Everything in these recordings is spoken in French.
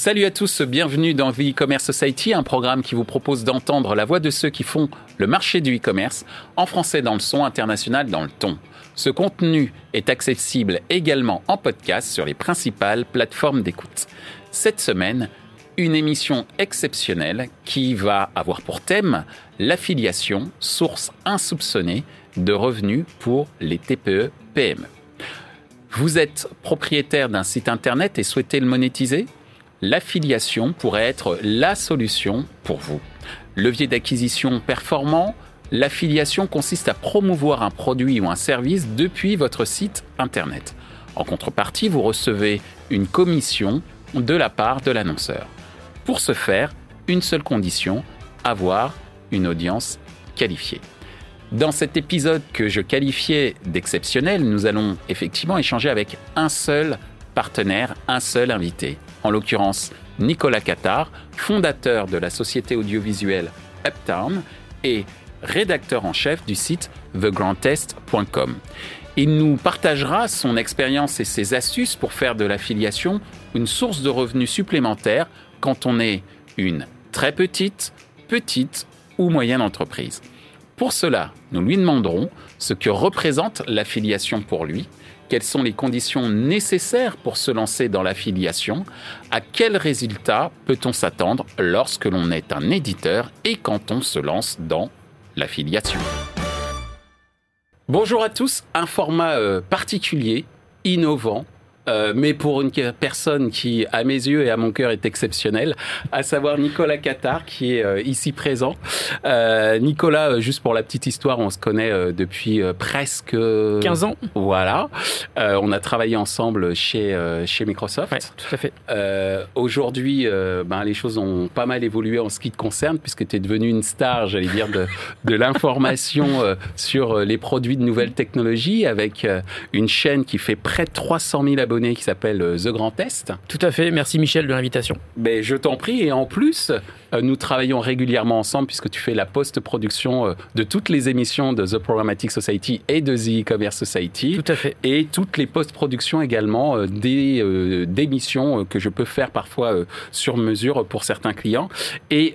Salut à tous, bienvenue dans The E-Commerce Society, un programme qui vous propose d'entendre la voix de ceux qui font le marché du e-commerce, en français dans le son, international dans le ton. Ce contenu est accessible également en podcast sur les principales plateformes d'écoute. Cette semaine, une émission exceptionnelle qui va avoir pour thème l'affiliation, source insoupçonnée de revenus pour les TPE-PME. Vous êtes propriétaire d'un site internet et souhaitez le monétiser ? L'affiliation pourrait être la solution pour vous. Levier d'acquisition performant, l'affiliation consiste à promouvoir un produit ou un service depuis votre site internet. En contrepartie, vous recevez une commission de la part de l'annonceur. Pour ce faire, une seule condition, avoir une audience qualifiée. Dans cet épisode que je qualifiais d'exceptionnel, nous allons effectivement échanger avec un seul partenaire, un seul invité. En l'occurrence, Nicolas Cattard, fondateur de la société audiovisuelle Uptown et rédacteur en chef du site thegrandtest.com. Il nous partagera son expérience et ses astuces pour faire de l'affiliation une source de revenus supplémentaires quand on est une très petite ou moyenne entreprise. Pour cela, nous lui demanderons ce que représente l'affiliation pour lui, quelles sont les conditions nécessaires pour se lancer dans l'affiliation, à quels résultats peut-on s'attendre lorsque l'on est un éditeur et quand on se lance dans l'affiliation. Bonjour à tous, un format particulier, innovant, mais pour une personne qui, à mes yeux et à mon cœur, est exceptionnelle, à savoir Nicolas Cattard, qui est ici présent. Nicolas, juste pour la petite histoire, on se connaît depuis presque 15 ans. Voilà. On a travaillé ensemble chez Microsoft. Ouais, tout à fait. Aujourd'hui, les choses ont pas mal évolué en ce qui te concerne, puisque tu es devenu une star, j'allais dire, de l'information sur les produits de nouvelles technologies, avec une chaîne qui fait près de 300 000 abonnés, qui s'appelle The Grand Test. Tout à fait, merci Michel de l'invitation. Ben, je t'en prie, et en plus, nous travaillons régulièrement ensemble puisque tu fais la post-production de toutes les émissions de The Programmatic Society et de The E-Commerce Society. Tout à fait. Et toutes les post-productions également d'émissions que je peux faire parfois sur mesure pour certains clients. Et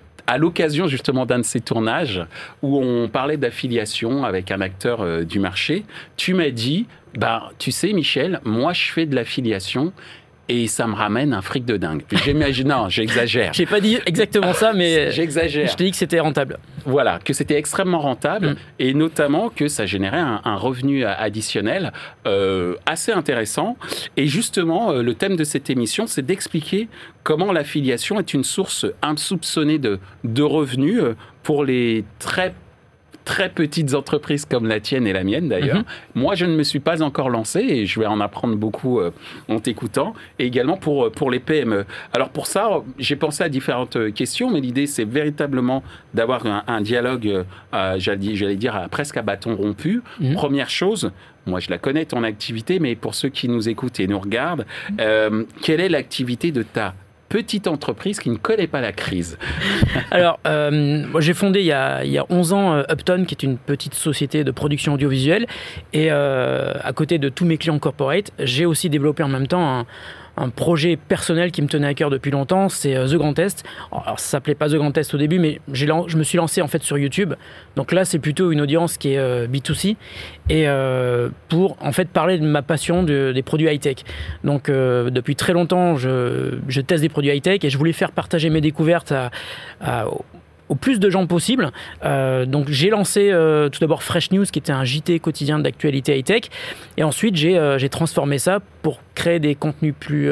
à l'occasion justement d'un de ces tournages où on parlait d'affiliation avec un acteur du marché, tu m'as dit, tu sais Michel, moi je fais de l'affiliation et ça me ramène un fric de dingue. Non, j'exagère. J'ai pas dit exactement ça, mais j'exagère. Je t'ai dit que c'était rentable. Voilà, que c'était extrêmement rentable et notamment que ça générait un revenu additionnel assez intéressant. Et justement, le thème de cette émission, c'est d'expliquer comment l'affiliation est une source insoupçonnée de revenus pour les très petites entreprises comme la tienne et la mienne d'ailleurs. Moi, je ne me suis pas encore lancé et je vais en apprendre beaucoup en t'écoutant, et également pour les PME. Alors pour ça, j'ai pensé à différentes questions, mais l'idée, c'est véritablement d'avoir un dialogue, j'allais dire, presque à bâton rompu. Première chose, moi, je la connais, ton activité, mais pour ceux qui nous écoutent et nous regardent, quelle est l'activité de ta petite entreprise qui ne connaît pas la crise? Alors, moi, j'ai fondé il y a 11 ans Uptown, qui est une petite société de production audiovisuelle. Et à côté de tous mes clients corporate, j'ai aussi développé en même temps un projet personnel qui me tenait à cœur depuis longtemps, c'est The Grand Test. Alors, ça s'appelait pas The Grand Test au début, mais je me suis lancé en fait sur YouTube. Donc là, c'est plutôt une audience qui est B2C et pour en fait parler de ma passion des produits high-tech. Donc depuis très longtemps, je teste des produits high-tech et je voulais faire partager mes découvertes au plus de gens possible. Donc j'ai lancé tout d'abord Fresh News, qui était un JT quotidien d'actualité high-tech, et ensuite j'ai transformé ça pour créer des contenus plus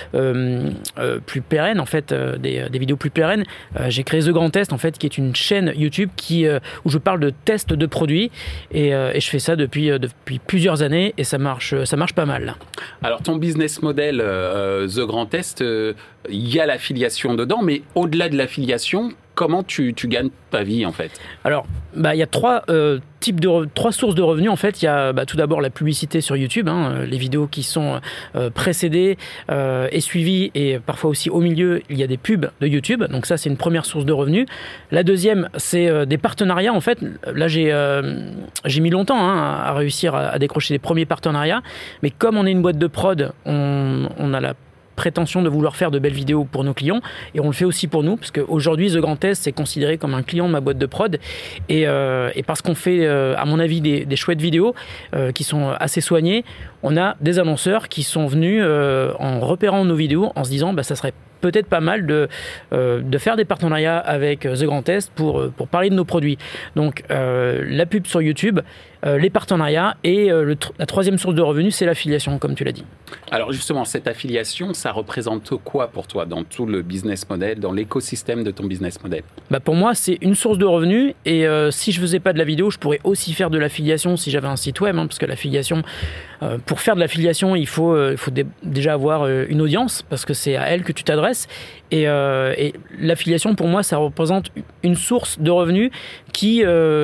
pérennes, en fait, des vidéos plus pérennes. J'ai créé The Grand Test, en fait, qui est une chaîne YouTube où je parle de tests de produits, et je fais ça depuis plusieurs années, et ça marche pas mal. Alors ton business model, The Grand Test, il y a l'affiliation dedans, mais au-delà de l'affiliation, comment tu gagnes ta vie en fait? Alors, il y a trois sources de revenus en fait. Il y a tout d'abord la publicité sur YouTube, les vidéos qui sont précédées et suivies, et parfois aussi au milieu il y a des pubs de YouTube. Donc ça, c'est une première source de revenus. La deuxième, c'est des partenariats en fait. Là, j'ai mis longtemps à réussir à décrocher les premiers partenariats, mais comme on est une boîte de prod, on a la prétention de vouloir faire de belles vidéos pour nos clients, et on le fait aussi pour nous, parce qu'aujourd'hui The Grand Est c'est considéré comme un client de ma boîte de prod, et parce qu'on fait à mon avis des chouettes vidéos qui sont assez soignées, on a des annonceurs qui sont venus en repérant nos vidéos en se disant ça serait peut-être pas mal de faire des partenariats avec The Grand Est pour parler de nos produits. Donc la pub sur YouTube, les partenariats et la troisième source de revenus, c'est l'affiliation, comme tu l'as dit. Alors justement, cette affiliation, ça représente quoi pour toi dans tout le business model, dans l'écosystème de ton business model? Pour moi, c'est une source de revenus, et si je faisais pas de la vidéo, je pourrais aussi faire de l'affiliation si j'avais un site web, parce que l'affiliation, pour faire de l'affiliation, il faut déjà avoir une audience, parce que c'est à elle que tu t'adresses, et l'affiliation, pour moi, ça représente une source de revenus qui...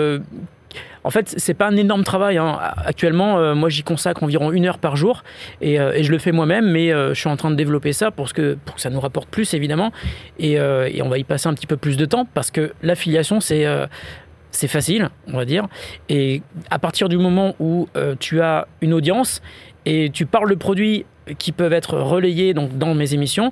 En fait, c'est pas un énorme travail. Actuellement, moi, j'y consacre environ 1 heure par jour, et je le fais moi-même, mais je suis en train de développer ça pour que ça nous rapporte plus, évidemment, et on va y passer un petit peu plus de temps, parce que l'affiliation, c'est facile, on va dire, et à partir du moment où tu as une audience et tu parles de produits qui peuvent être relayés donc, dans mes émissions,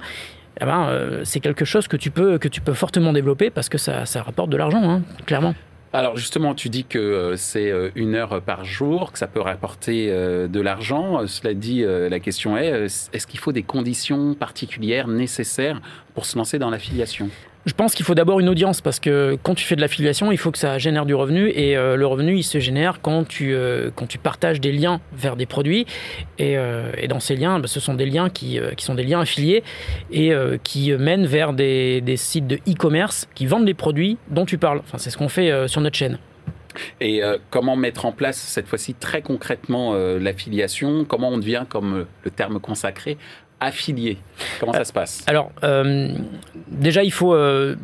c'est quelque chose que tu peux fortement développer, parce que ça rapporte de l'argent, clairement. Alors justement, tu dis que c'est 1 heure par jour, que ça peut rapporter de l'argent. Cela dit, la question est-ce qu'il faut des conditions particulières nécessaires pour se lancer dans l'affiliation ? Je pense qu'il faut d'abord une audience, parce que quand tu fais de l'affiliation, il faut que ça génère du revenu, et le revenu, il se génère quand tu partages des liens vers des produits, et dans ces liens, ce sont des liens qui sont des liens affiliés, et qui mènent vers des sites de e-commerce qui vendent les produits dont tu parles. Enfin, c'est ce qu'on fait sur notre chaîne. Et comment mettre en place, cette fois-ci, très concrètement, l'affiliation? Comment on devient, comme le terme consacré, affilié? Comment ça se passe? Alors, déjà, il faut...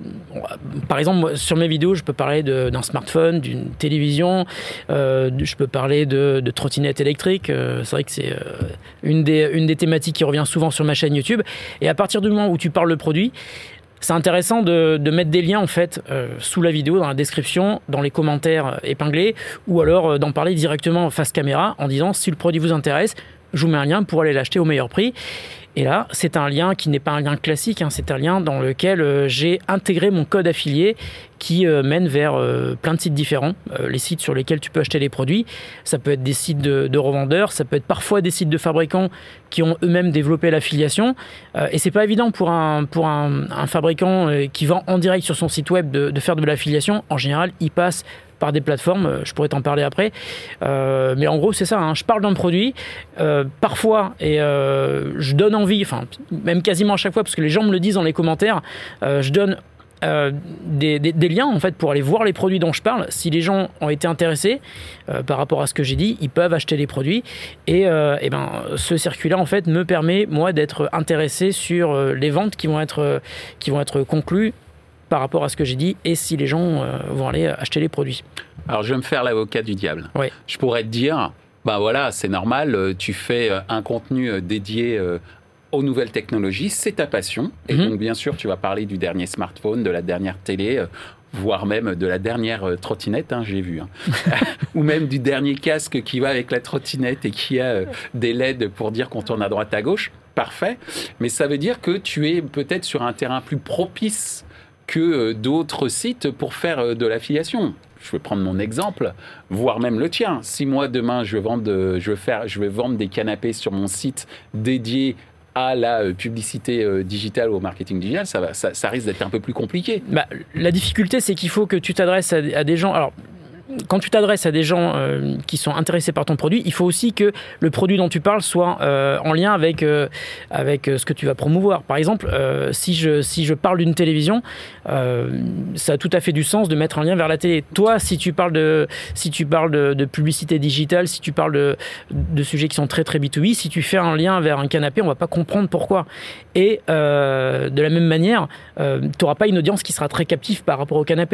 par exemple, moi, sur mes vidéos, je peux parler d'un smartphone, d'une télévision, je peux parler de trottinettes électriques. C'est vrai que c'est une des thématiques qui revient souvent sur ma chaîne YouTube. Et à partir du moment où tu parles de produit, c'est intéressant de mettre des liens en fait sous la vidéo, dans la description, dans les commentaires épinglés, ou alors d'en parler directement face caméra en disant si le produit vous intéresse, je vous mets un lien pour aller l'acheter au meilleur prix. Et là, c'est un lien qui n'est pas un lien classique, c'est un lien dans lequel j'ai intégré mon code affilié qui mène vers plein de sites différents, les sites sur lesquels tu peux acheter les produits. Ça peut être des sites de revendeurs, ça peut être parfois des sites de fabricants qui ont eux-mêmes développé l'affiliation. Et c'est pas évident pour un fabricant qui vend en direct sur son site web de faire de l'affiliation. En général, il passe par des plateformes, je pourrais t'en parler après, mais en gros c'est ça, je parle d'un produit parfois, et je donne envie, enfin même quasiment à chaque fois, parce que les gens me le disent dans les commentaires, je donne des liens en fait pour aller voir les produits dont je parle. Si les gens ont été intéressés par rapport à ce que j'ai dit, ils peuvent acheter les produits, et ce circuit-là en fait me permet moi d'être intéressé sur les ventes qui vont être conclues par rapport à ce que j'ai dit, et si les gens vont aller acheter les produits. Alors, je vais me faire l'avocat du diable. Oui. Je pourrais te dire, voilà, c'est normal, tu fais un contenu dédié aux nouvelles technologies, c'est ta passion, et donc bien sûr, tu vas parler du dernier smartphone, de la dernière télé, voire même de la dernière trottinette, j'ai vu, ou même du dernier casque qui va avec la trottinette et qui a des LED pour dire qu'on tourne à droite à gauche. Parfait, mais ça veut dire que tu es peut-être sur un terrain plus propice que d'autres sites pour faire de l'affiliation. Je vais prendre mon exemple, voire même le tien. Si moi, demain, je vais vendre des canapés sur mon site dédié à la publicité digitale ou au marketing digital, ça risque d'être un peu plus compliqué. La difficulté, c'est qu'il faut que tu t'adresses à des gens... Alors, quand tu t'adresses à des gens qui sont intéressés par ton produit, il faut aussi que le produit dont tu parles soit en lien avec ce que tu vas promouvoir. Par exemple, si je parle d'une télévision, ça a tout à fait du sens de mettre un lien vers la télé. Toi, si tu parles de publicité digitale, si tu parles de sujets qui sont très très B2B, si tu fais un lien vers un canapé, on va pas comprendre pourquoi. Et de la même manière, tu n'auras pas une audience qui sera très captive par rapport au canapé.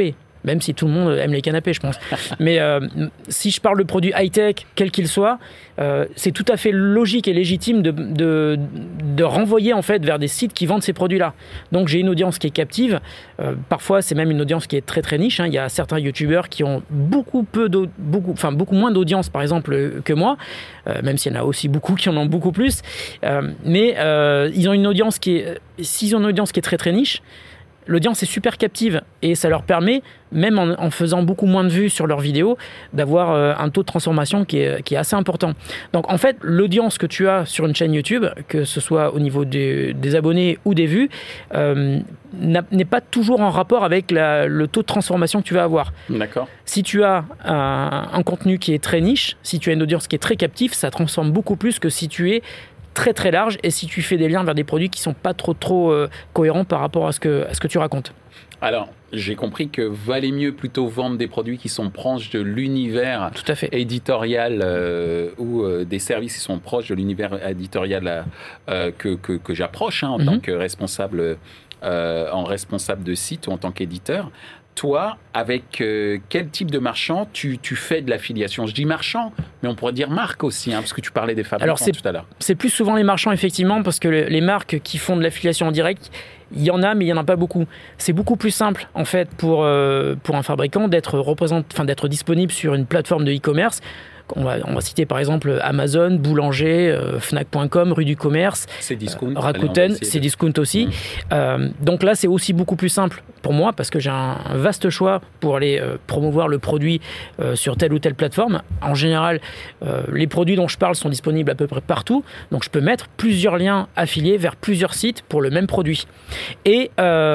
même si tout le monde aime les canapés, je pense. Mais si je parle de produits high-tech, quels qu'ils soient, c'est tout à fait logique et légitime de renvoyer en fait vers des sites qui vendent ces produits-là. Donc j'ai une audience qui est captive. Parfois, c'est même une audience qui est très très niche. Il y a certains youtubeurs qui ont beaucoup moins d'audience, par exemple, que moi, même s'il y en a aussi beaucoup qui en ont beaucoup plus. Mais ils ont une audience s'ils ont une audience qui est très très niche, l'audience est super captive et ça leur permet, même en faisant beaucoup moins de vues sur leurs vidéos, d'avoir un taux de transformation qui est assez important. Donc en fait, l'audience que tu as sur une chaîne YouTube, que ce soit au niveau des abonnés ou des vues, n'est pas toujours en rapport avec le taux de transformation que tu vas avoir. D'accord. Si tu as un contenu qui est très niche, si tu as une audience qui est très captive, ça transforme beaucoup plus que si tu es très très large et si tu fais des liens vers des produits qui sont pas trop cohérents par rapport à ce que tu racontes. Alors, j'ai compris que valait mieux plutôt vendre des produits qui sont proches de l'univers éditorial ou des services qui sont proches de l'univers éditorial que j'approche en tant que responsable de site ou en tant qu'éditeur. Toi, avec quel type de marchand tu fais de l'affiliation? Je dis marchand, mais on pourrait dire marque aussi, parce que tu parlais des fabricants tout à l'heure. C'est plus souvent les marchands, effectivement, parce que les marques qui font de l'affiliation en direct, il y en a, mais il n'y en a pas beaucoup. C'est beaucoup plus simple, en fait, pour un fabricant d'être disponible sur une plateforme de e-commerce. On va citer par exemple Amazon, Boulanger, Fnac.com, Rue du Commerce, Rakuten, Cdiscount aussi. Donc là, c'est aussi beaucoup plus simple pour moi parce que j'ai un vaste choix pour aller promouvoir le produit sur telle ou telle plateforme. En général, les produits dont je parle sont disponibles à peu près partout. Donc je peux mettre plusieurs liens affiliés vers plusieurs sites pour le même produit. Et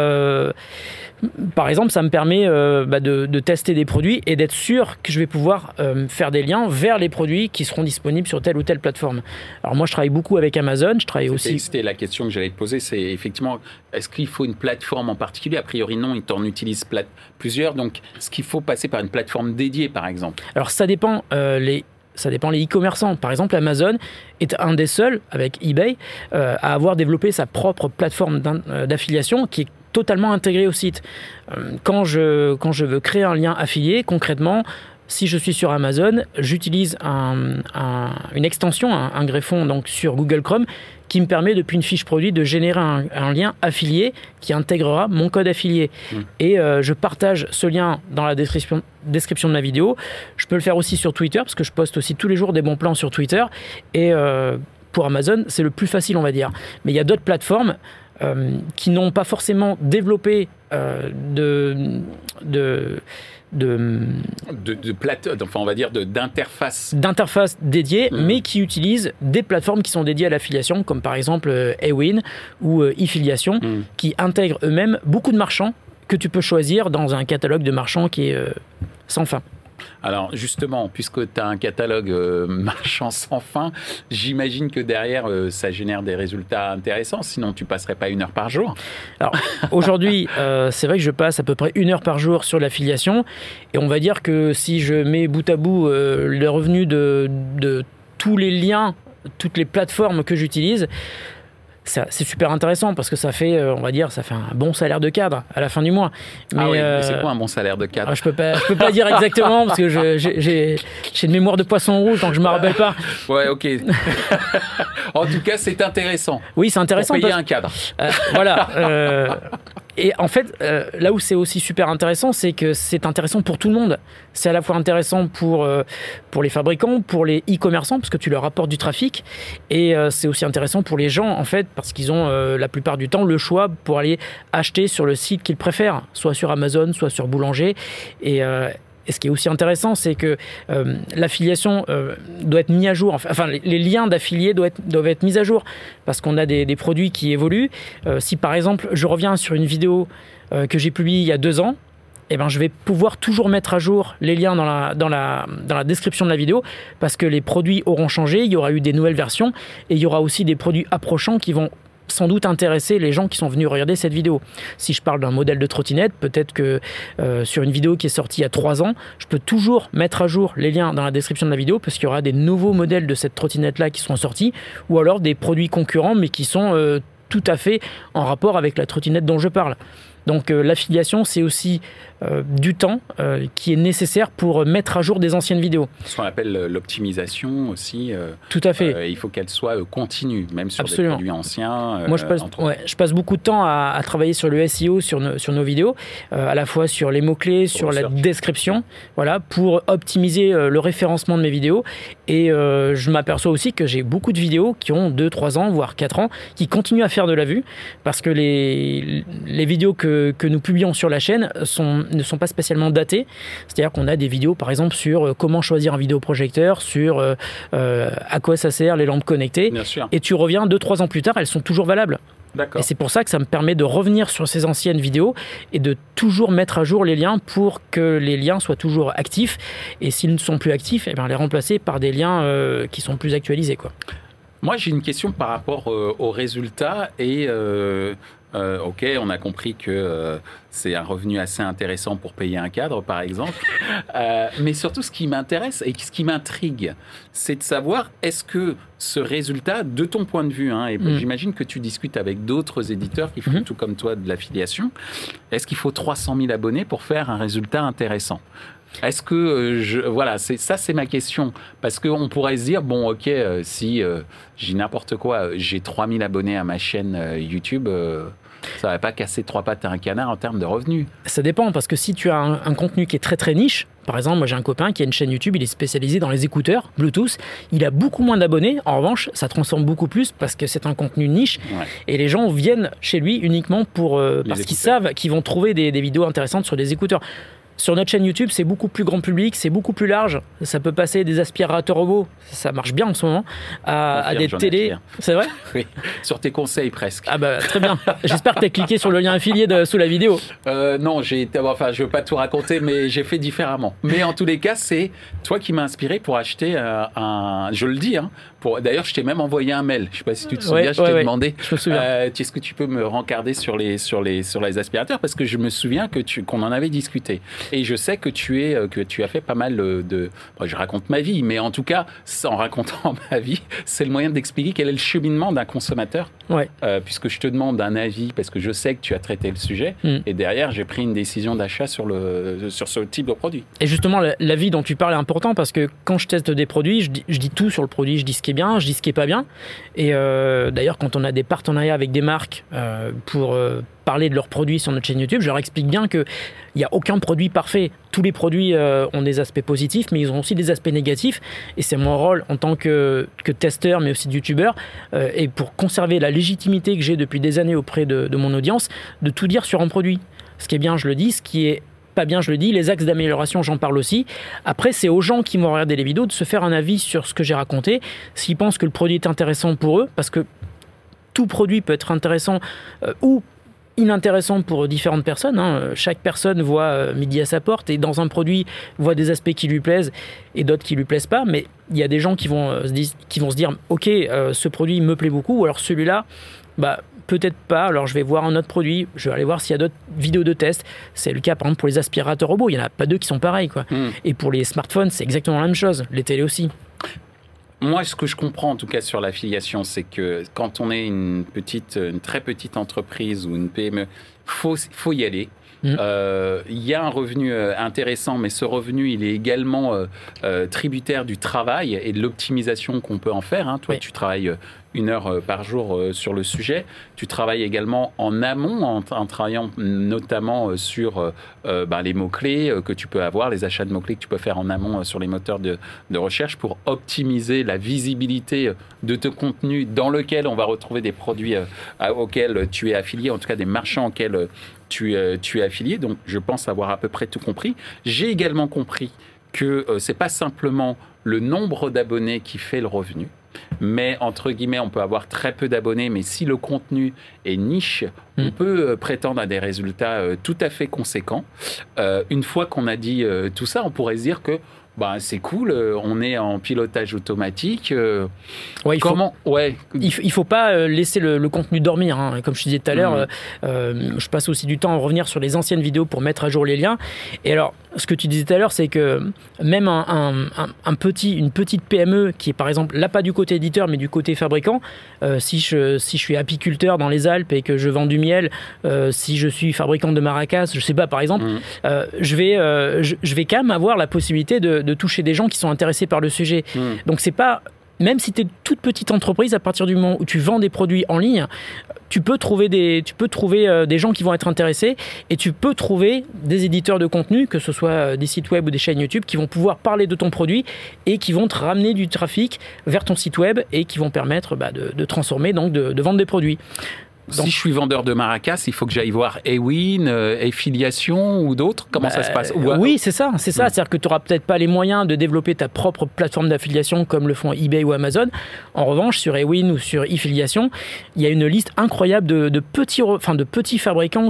par exemple, ça me permet de tester des produits et d'être sûr que je vais pouvoir faire des liens vers les produits qui seront disponibles sur telle ou telle plateforme. Alors moi, je travaille beaucoup avec Amazon. C'était la question que j'allais te poser. C'est effectivement, est-ce qu'il faut une plateforme en particulier? A priori, non. Ils t'en utilisent plusieurs. Donc, est-ce qu'il faut passer par une plateforme dédiée, par exemple? Alors, ça dépend. Ça dépend les e-commerçants. Par exemple, Amazon est un des seuls, avec eBay, à avoir développé sa propre plateforme d'affiliation qui est totalement intégrée au site. Quand je veux créer un lien affilié, concrètement, si je suis sur Amazon, j'utilise une extension, un greffon donc sur Google Chrome, qui me permet depuis une fiche produit de générer un lien affilié qui intégrera mon code affilié. Et je partage ce lien dans la description de ma vidéo. Je peux le faire aussi sur Twitter, parce que je poste aussi tous les jours des bons plans sur Twitter. Et pour Amazon, c'est le plus facile, on va dire. Mais il y a d'autres plateformes qui n'ont pas forcément développé d'interface dédiée, mais qui utilisent des plateformes qui sont dédiées à l'affiliation, comme par exemple Ewin ou eFiliation, qui intègrent eux-mêmes beaucoup de marchands que tu peux choisir dans un catalogue de marchands qui est sans fin. Alors justement, puisque tu as un catalogue marchand sans fin, j'imagine que derrière, ça génère des résultats intéressants, sinon tu passerais pas 1 heure par jour. Alors aujourd'hui, c'est vrai que je passe à peu près 1 heure par jour sur l'affiliation, et on va dire que si je mets bout à bout le revenu de tous les liens, toutes les plateformes que j'utilise, c'est super intéressant parce que ça fait, on va dire, ça fait un bon salaire de cadre à la fin du mois. Mais c'est quoi un bon salaire de cadre? Je peux pas dire exactement parce que j'ai une mémoire de poisson rouge, donc je me rappelle pas. Ouais, ok. En tout cas, c'est intéressant. Oui, c'est intéressant. Pour payer un cadre. Voilà. Et en fait, là où c'est aussi super intéressant, c'est que c'est intéressant pour tout le monde. C'est à la fois intéressant pour les fabricants, pour les e-commerçants, parce que tu leur apportes du trafic. Et c'est aussi intéressant pour les gens, en fait, parce qu'ils ont la plupart du temps le choix pour aller acheter sur le site qu'ils préfèrent, soit sur Amazon, soit sur Boulanger. Et ce qui est aussi intéressant, c'est que l'affiliation doit être mise à jour. Enfin, les liens d'affiliés doivent être mis à jour parce qu'on a des produits qui évoluent. Si par exemple, je reviens sur une vidéo que j'ai publiée il y a 2 ans, je vais pouvoir toujours mettre à jour les liens dans la description de la vidéo parce que les produits auront changé, il y aura eu des nouvelles versions et il y aura aussi des produits approchants qui vont sans doute intéresser les gens qui sont venus regarder cette vidéo. Si je parle d'un modèle de trottinette, peut-être que sur une vidéo qui est sortie il y a 3 ans, je peux toujours mettre à jour les liens dans la description de la vidéo parce qu'il y aura des nouveaux modèles de cette trottinette-là qui seront sortis ou alors des produits concurrents mais qui sont tout à fait en rapport avec la trottinette dont je parle. Donc l'affiliation, c'est aussi du temps qui est nécessaire pour mettre à jour des anciennes vidéos. Ce qu'on appelle l'optimisation aussi. Tout à fait. Il faut qu'elle soit continue, même sur Absolument. des produits anciens. Moi, je passe beaucoup de temps à travailler sur le SEO sur nos vidéos, à la fois sur les mots-clés, sur la description, voilà, pour optimiser le référencement de mes vidéos. Et je m'aperçois aussi que j'ai beaucoup de vidéos qui ont 2, 3 ans, voire 4 ans, qui continuent à faire de la vue, parce que les vidéos que nous publions sur la chaîne ne sont pas spécialement datées. C'est-à-dire qu'on a des vidéos, par exemple, sur comment choisir un vidéoprojecteur, sur à quoi ça sert les lampes connectées. Bien sûr. Et tu reviens 2-3 ans plus tard, elles sont toujours valables. D'accord. Et c'est pour ça que ça me permet de revenir sur ces anciennes vidéos et de toujours mettre à jour les liens pour que les liens soient toujours actifs. Et s'ils ne sont plus actifs, eh bien, les remplacer par des liens qui sont plus actualisés, quoi. Moi, j'ai une question par rapport aux résultats et ok, on a compris que c'est un revenu assez intéressant pour payer un cadre, par exemple. Mais surtout, ce qui m'intéresse et ce qui m'intrigue, c'est de savoir, est-ce que ce résultat, de ton point de vue, et j'imagine que tu discutes avec d'autres éditeurs qui font tout comme toi de l'affiliation, est-ce qu'il faut 300 000 abonnés pour faire un résultat intéressant ? Est-ce que, voilà, c'est ma question. Parce qu'on pourrait se dire, bon, ok, si j'ai n'importe quoi, j'ai 3000 abonnés à ma chaîne YouTube, ça ne va pas casser 3 pattes à un canard en termes de revenus. Ça dépend, parce que si tu as un contenu qui est très très niche, par exemple, moi j'ai un copain qui a une chaîne YouTube, il est spécialisé dans les écouteurs Bluetooth, il a beaucoup moins d'abonnés, en revanche, ça transforme beaucoup plus parce que c'est un contenu niche, et les gens viennent chez lui uniquement parce qu'ils savent qu'ils vont trouver des vidéos intéressantes sur des écouteurs. Sur notre chaîne YouTube, c'est beaucoup plus grand public, c'est beaucoup plus large. Ça peut passer des aspirateurs robots, ça marche bien en ce moment, à des télés. C'est vrai ? Oui, sur tes conseils presque. Ah bah très bien. J'espère que tu as cliqué sur le lien affilié sous la vidéo. Non, je ne veux pas tout raconter, mais j'ai fait différemment. Mais en tous les cas, c'est toi qui m'as inspiré pour acheter je le dis, d'ailleurs, je t'ai même envoyé un mail. Je ne sais pas si tu te souviens, je t'ai demandé. Je me souviens. Est-ce que tu peux me rencarder sur les aspirateurs ? Parce que je me souviens qu'on en avait discuté. Et je sais que tu as fait pas mal de... Je raconte ma vie, mais en tout cas, en racontant ma vie, c'est le moyen d'expliquer quel est le cheminement d'un consommateur. Ouais. Puisque je te demande un avis, parce que je sais que tu as traité le sujet, et derrière, j'ai pris une décision d'achat sur ce type de produit. Et justement, l'avis dont tu parles est important, parce que quand je teste des produits, je dis tout sur le produit, je dis ce qui est bien, je dis ce qui est pas bien. Et d'ailleurs, quand on a des partenariats avec des marques pour parler de leurs produits sur notre chaîne YouTube, je leur explique bien qu'il n'y a aucun produit parfait. Tous les produits ont des aspects positifs, mais ils ont aussi des aspects négatifs. Et c'est mon rôle en tant que testeur, mais aussi de youtubeur, et pour conserver la légitimité que j'ai depuis des années auprès de mon audience, de tout dire sur un produit. Ce qui est bien, je le dis. Ce qui est pas bien, je le dis. Les axes d'amélioration, j'en parle aussi. Après, c'est aux gens qui vont regarder les vidéos de se faire un avis sur ce que j'ai raconté. S'ils pensent que le produit est intéressant pour eux, parce que tout produit peut être intéressant ou inintéressant pour différentes personnes. Chaque personne voit midi à sa porte et dans un produit voit des aspects qui lui plaisent et d'autres qui lui plaisent pas. Mais il y a des gens qui vont se dire ok, ce produit me plaît beaucoup, ou alors celui-là, peut-être pas, alors je vais voir un autre produit, je vais aller voir s'il y a d'autres vidéos de test. C'est le cas par exemple pour les aspirateurs robots, il n'y en a pas 2 qui sont pareils, quoi. Et pour les smartphones, c'est exactement la même chose, les télés aussi. Moi, ce que je comprends en tout cas sur l'affiliation, c'est que quand on est une très petite entreprise ou une PME, faut y aller. Il y a un revenu intéressant, mais ce revenu, il est également tributaire du travail et de l'optimisation qu'on peut en faire. Toi, tu travailles 1 heure par jour sur le sujet. Tu travailles également en amont, en travaillant notamment sur les mots-clés que tu peux avoir, les achats de mots-clés que tu peux faire en amont sur les moteurs de recherche pour optimiser la visibilité de ton contenu dans lequel on va retrouver des produits auxquels tu es affilié, en tout cas des marchands auxquels tu es affilié. Donc, je pense avoir à peu près tout compris. J'ai également compris que ce n'est pas simplement le nombre d'abonnés qui fait le revenu, mais entre guillemets, on peut avoir très peu d'abonnés, mais si le contenu est niche, on peut prétendre à des résultats tout à fait conséquents. Une fois qu'on a dit tout ça, on pourrait se dire que Bah, c'est cool, on est en pilotage automatique. Ouais, il faut pas laisser le contenu dormir. Hein. Comme je te disais tout à l'heure, je passe aussi du temps à revenir sur les anciennes vidéos pour mettre à jour les liens. Et alors, ce que tu disais tout à l'heure, c'est que même une petite PME qui est par exemple là pas du côté éditeur mais du côté fabricant, si je suis apiculteur dans les Alpes et que je vends du miel, si je suis fabricant de maracas, je sais pas par exemple, je vais quand même avoir la possibilité de toucher des gens qui sont intéressés par le sujet. Donc c'est pas, même si tu es toute petite entreprise, à partir du moment où tu vends des produits en ligne, tu peux trouver des gens qui vont être intéressés et tu peux trouver des éditeurs de contenu, que ce soit des sites web ou des chaînes YouTube, qui vont pouvoir parler de ton produit et qui vont te ramener du trafic vers ton site web et qui vont permettre de transformer, donc de vendre des produits. Donc, si je suis vendeur de maracas, il faut que j'aille voir Ewin, Affiliation ou d'autres. Comment ça se passe? Oui, c'est ça. C'est-à-dire que tu n'auras peut-être pas les moyens de développer ta propre plateforme d'affiliation comme le font eBay ou Amazon. En revanche, sur Ewin ou sur Affiliation, il y a une liste incroyable de petits fabricants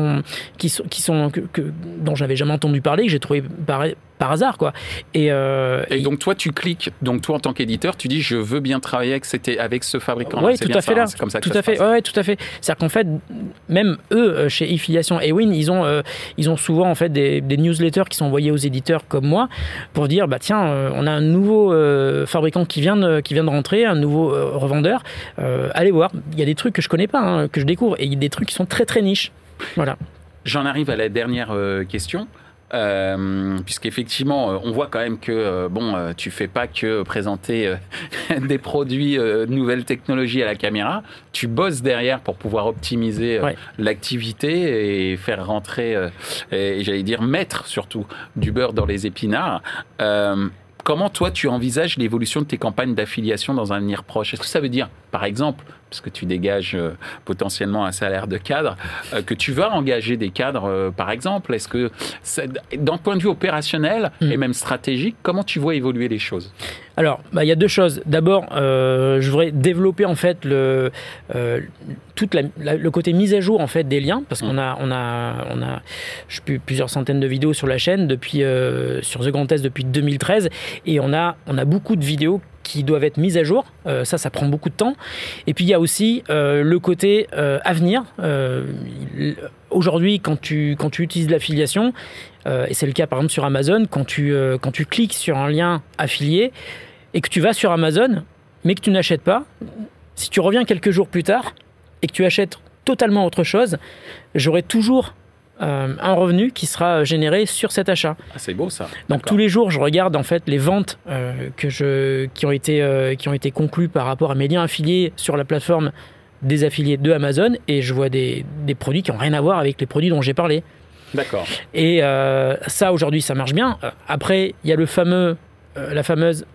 dont j'avais jamais entendu parler, que j'ai trouvé par hasard, quoi. Et donc toi tu cliques, donc toi en tant qu'éditeur tu dis je veux bien travailler avec ce fabricant. Oui, tout à fait là. C'est comme ça que ça se passe. Ouais, tout à fait. C'est-à-dire qu'en fait même eux chez Affiliation et Ewin, ils ont souvent en fait des newsletters qui sont envoyés aux éditeurs comme moi pour dire tiens on a un nouveau fabricant qui vient de rentrer, un nouveau revendeur. Allez voir. Il y a des trucs que je connais pas, que je découvre, et il y a des trucs qui sont très très niches. Voilà. J'en arrive à la dernière question. Puisqu'effectivement, on voit quand même que tu fais pas que présenter des produits nouvelles technologies à la caméra. Tu bosses derrière pour pouvoir optimiser l'activité et faire rentrer, et j'allais dire mettre surtout du beurre dans les épinards. Comment toi tu envisages l'évolution de tes campagnes d'affiliation dans un avenir proche? Est-ce que ça veut dire, par exemple, parce que tu dégages potentiellement un salaire de cadre, que tu vas engager des cadres, par exemple? Est-ce que, d'un point de vue opérationnel et même stratégique, comment tu vois évoluer les choses? Alors, il y a deux choses. D'abord, je voudrais développer en fait le côté mise à jour en fait des liens, parce qu'on a plusieurs centaines de vidéos sur la chaîne sur The Grand Test depuis 2013, et on a beaucoup de vidéos qui doivent être mises à jour. Ça prend beaucoup de temps. Et puis il y a aussi le côté à venir. Aujourd'hui, quand tu utilises l'affiliation, et c'est le cas par exemple sur Amazon, quand tu cliques sur un lien affilié et que tu vas sur Amazon, mais que tu n'achètes pas, si tu reviens quelques jours plus tard et que tu achètes totalement autre chose, j'aurai toujours un revenu qui sera généré sur cet achat. Ah, c'est beau ça. Donc tous les jours, je regarde en fait les ventes qui ont été conclues par rapport à mes liens affiliés sur la plateforme des affiliés de Amazon, et je vois des produits qui n'ont rien à voir avec les produits dont j'ai parlé. D'accord. Et ça, aujourd'hui, ça marche bien. Après, il y a la fameuse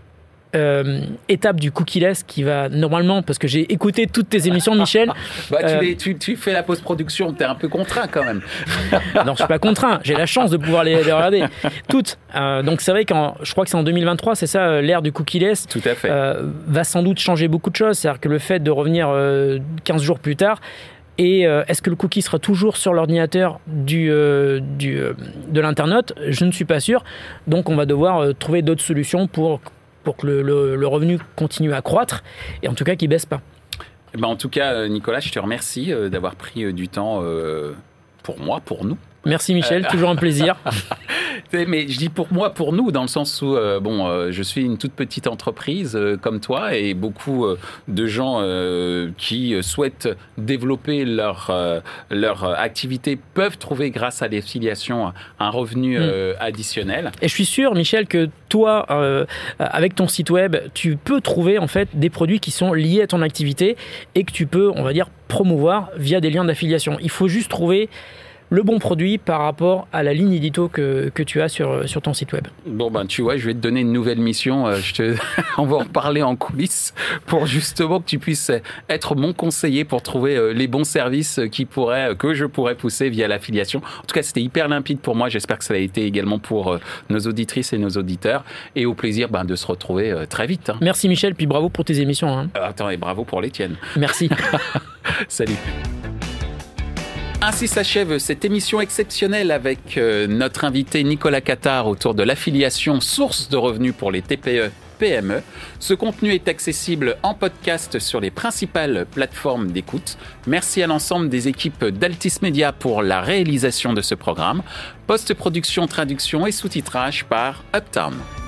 étape du cookie-less qui va normalement, parce que j'ai écouté toutes tes émissions, Michel. Tu fais la post-production, tu es un peu contraint quand même. Non, je suis pas contraint, j'ai la chance de pouvoir les regarder toutes. Donc c'est vrai que je crois que c'est en 2023, c'est ça, l'ère du cookie-less. Tout à fait. Va sans doute changer beaucoup de choses. C'est-à-dire que le fait de revenir 15 jours plus tard, et est-ce que le cookie sera toujours sur l'ordinateur de l'internaute? Je ne suis pas sûr. Donc on va devoir trouver d'autres solutions pour que le revenu continue à croître, et en tout cas qu'il ne baisse pas. En tout cas, Nicolas, je te remercie d'avoir pris du temps pour nous. Merci Michel, toujours un plaisir. Mais je dis pour moi, pour nous, dans le sens où je suis une toute petite entreprise comme toi, et beaucoup de gens qui souhaitent développer leur activité peuvent trouver, grâce à l'affiliation, un revenu additionnel. Et je suis sûr, Michel, que toi, avec ton site web, tu peux trouver en fait des produits qui sont liés à ton activité et que tu peux, on va dire, promouvoir via des liens d'affiliation. Il faut juste trouver le bon produit par rapport à la ligne édito que tu as sur ton site web. Bon, tu vois, je vais te donner une nouvelle mission. On va en parler en coulisses pour justement que tu puisses être mon conseiller pour trouver les bons services que je pourrais pousser via l'affiliation. En tout cas, c'était hyper limpide pour moi. J'espère que ça a été également pour nos auditrices et nos auditeurs. Et au plaisir de se retrouver très vite. Merci Michel, puis bravo pour tes émissions. Attends, et bravo pour les tiennes. Merci. Salut. Ainsi s'achève cette émission exceptionnelle avec notre invité Nicolas Cattard autour de l'affiliation, source de revenus pour les TPE-PME. Ce contenu est accessible en podcast sur les principales plateformes d'écoute. Merci à l'ensemble des équipes d'Altis Media pour la réalisation de ce programme. Post-production, traduction et sous-titrage par Uptown.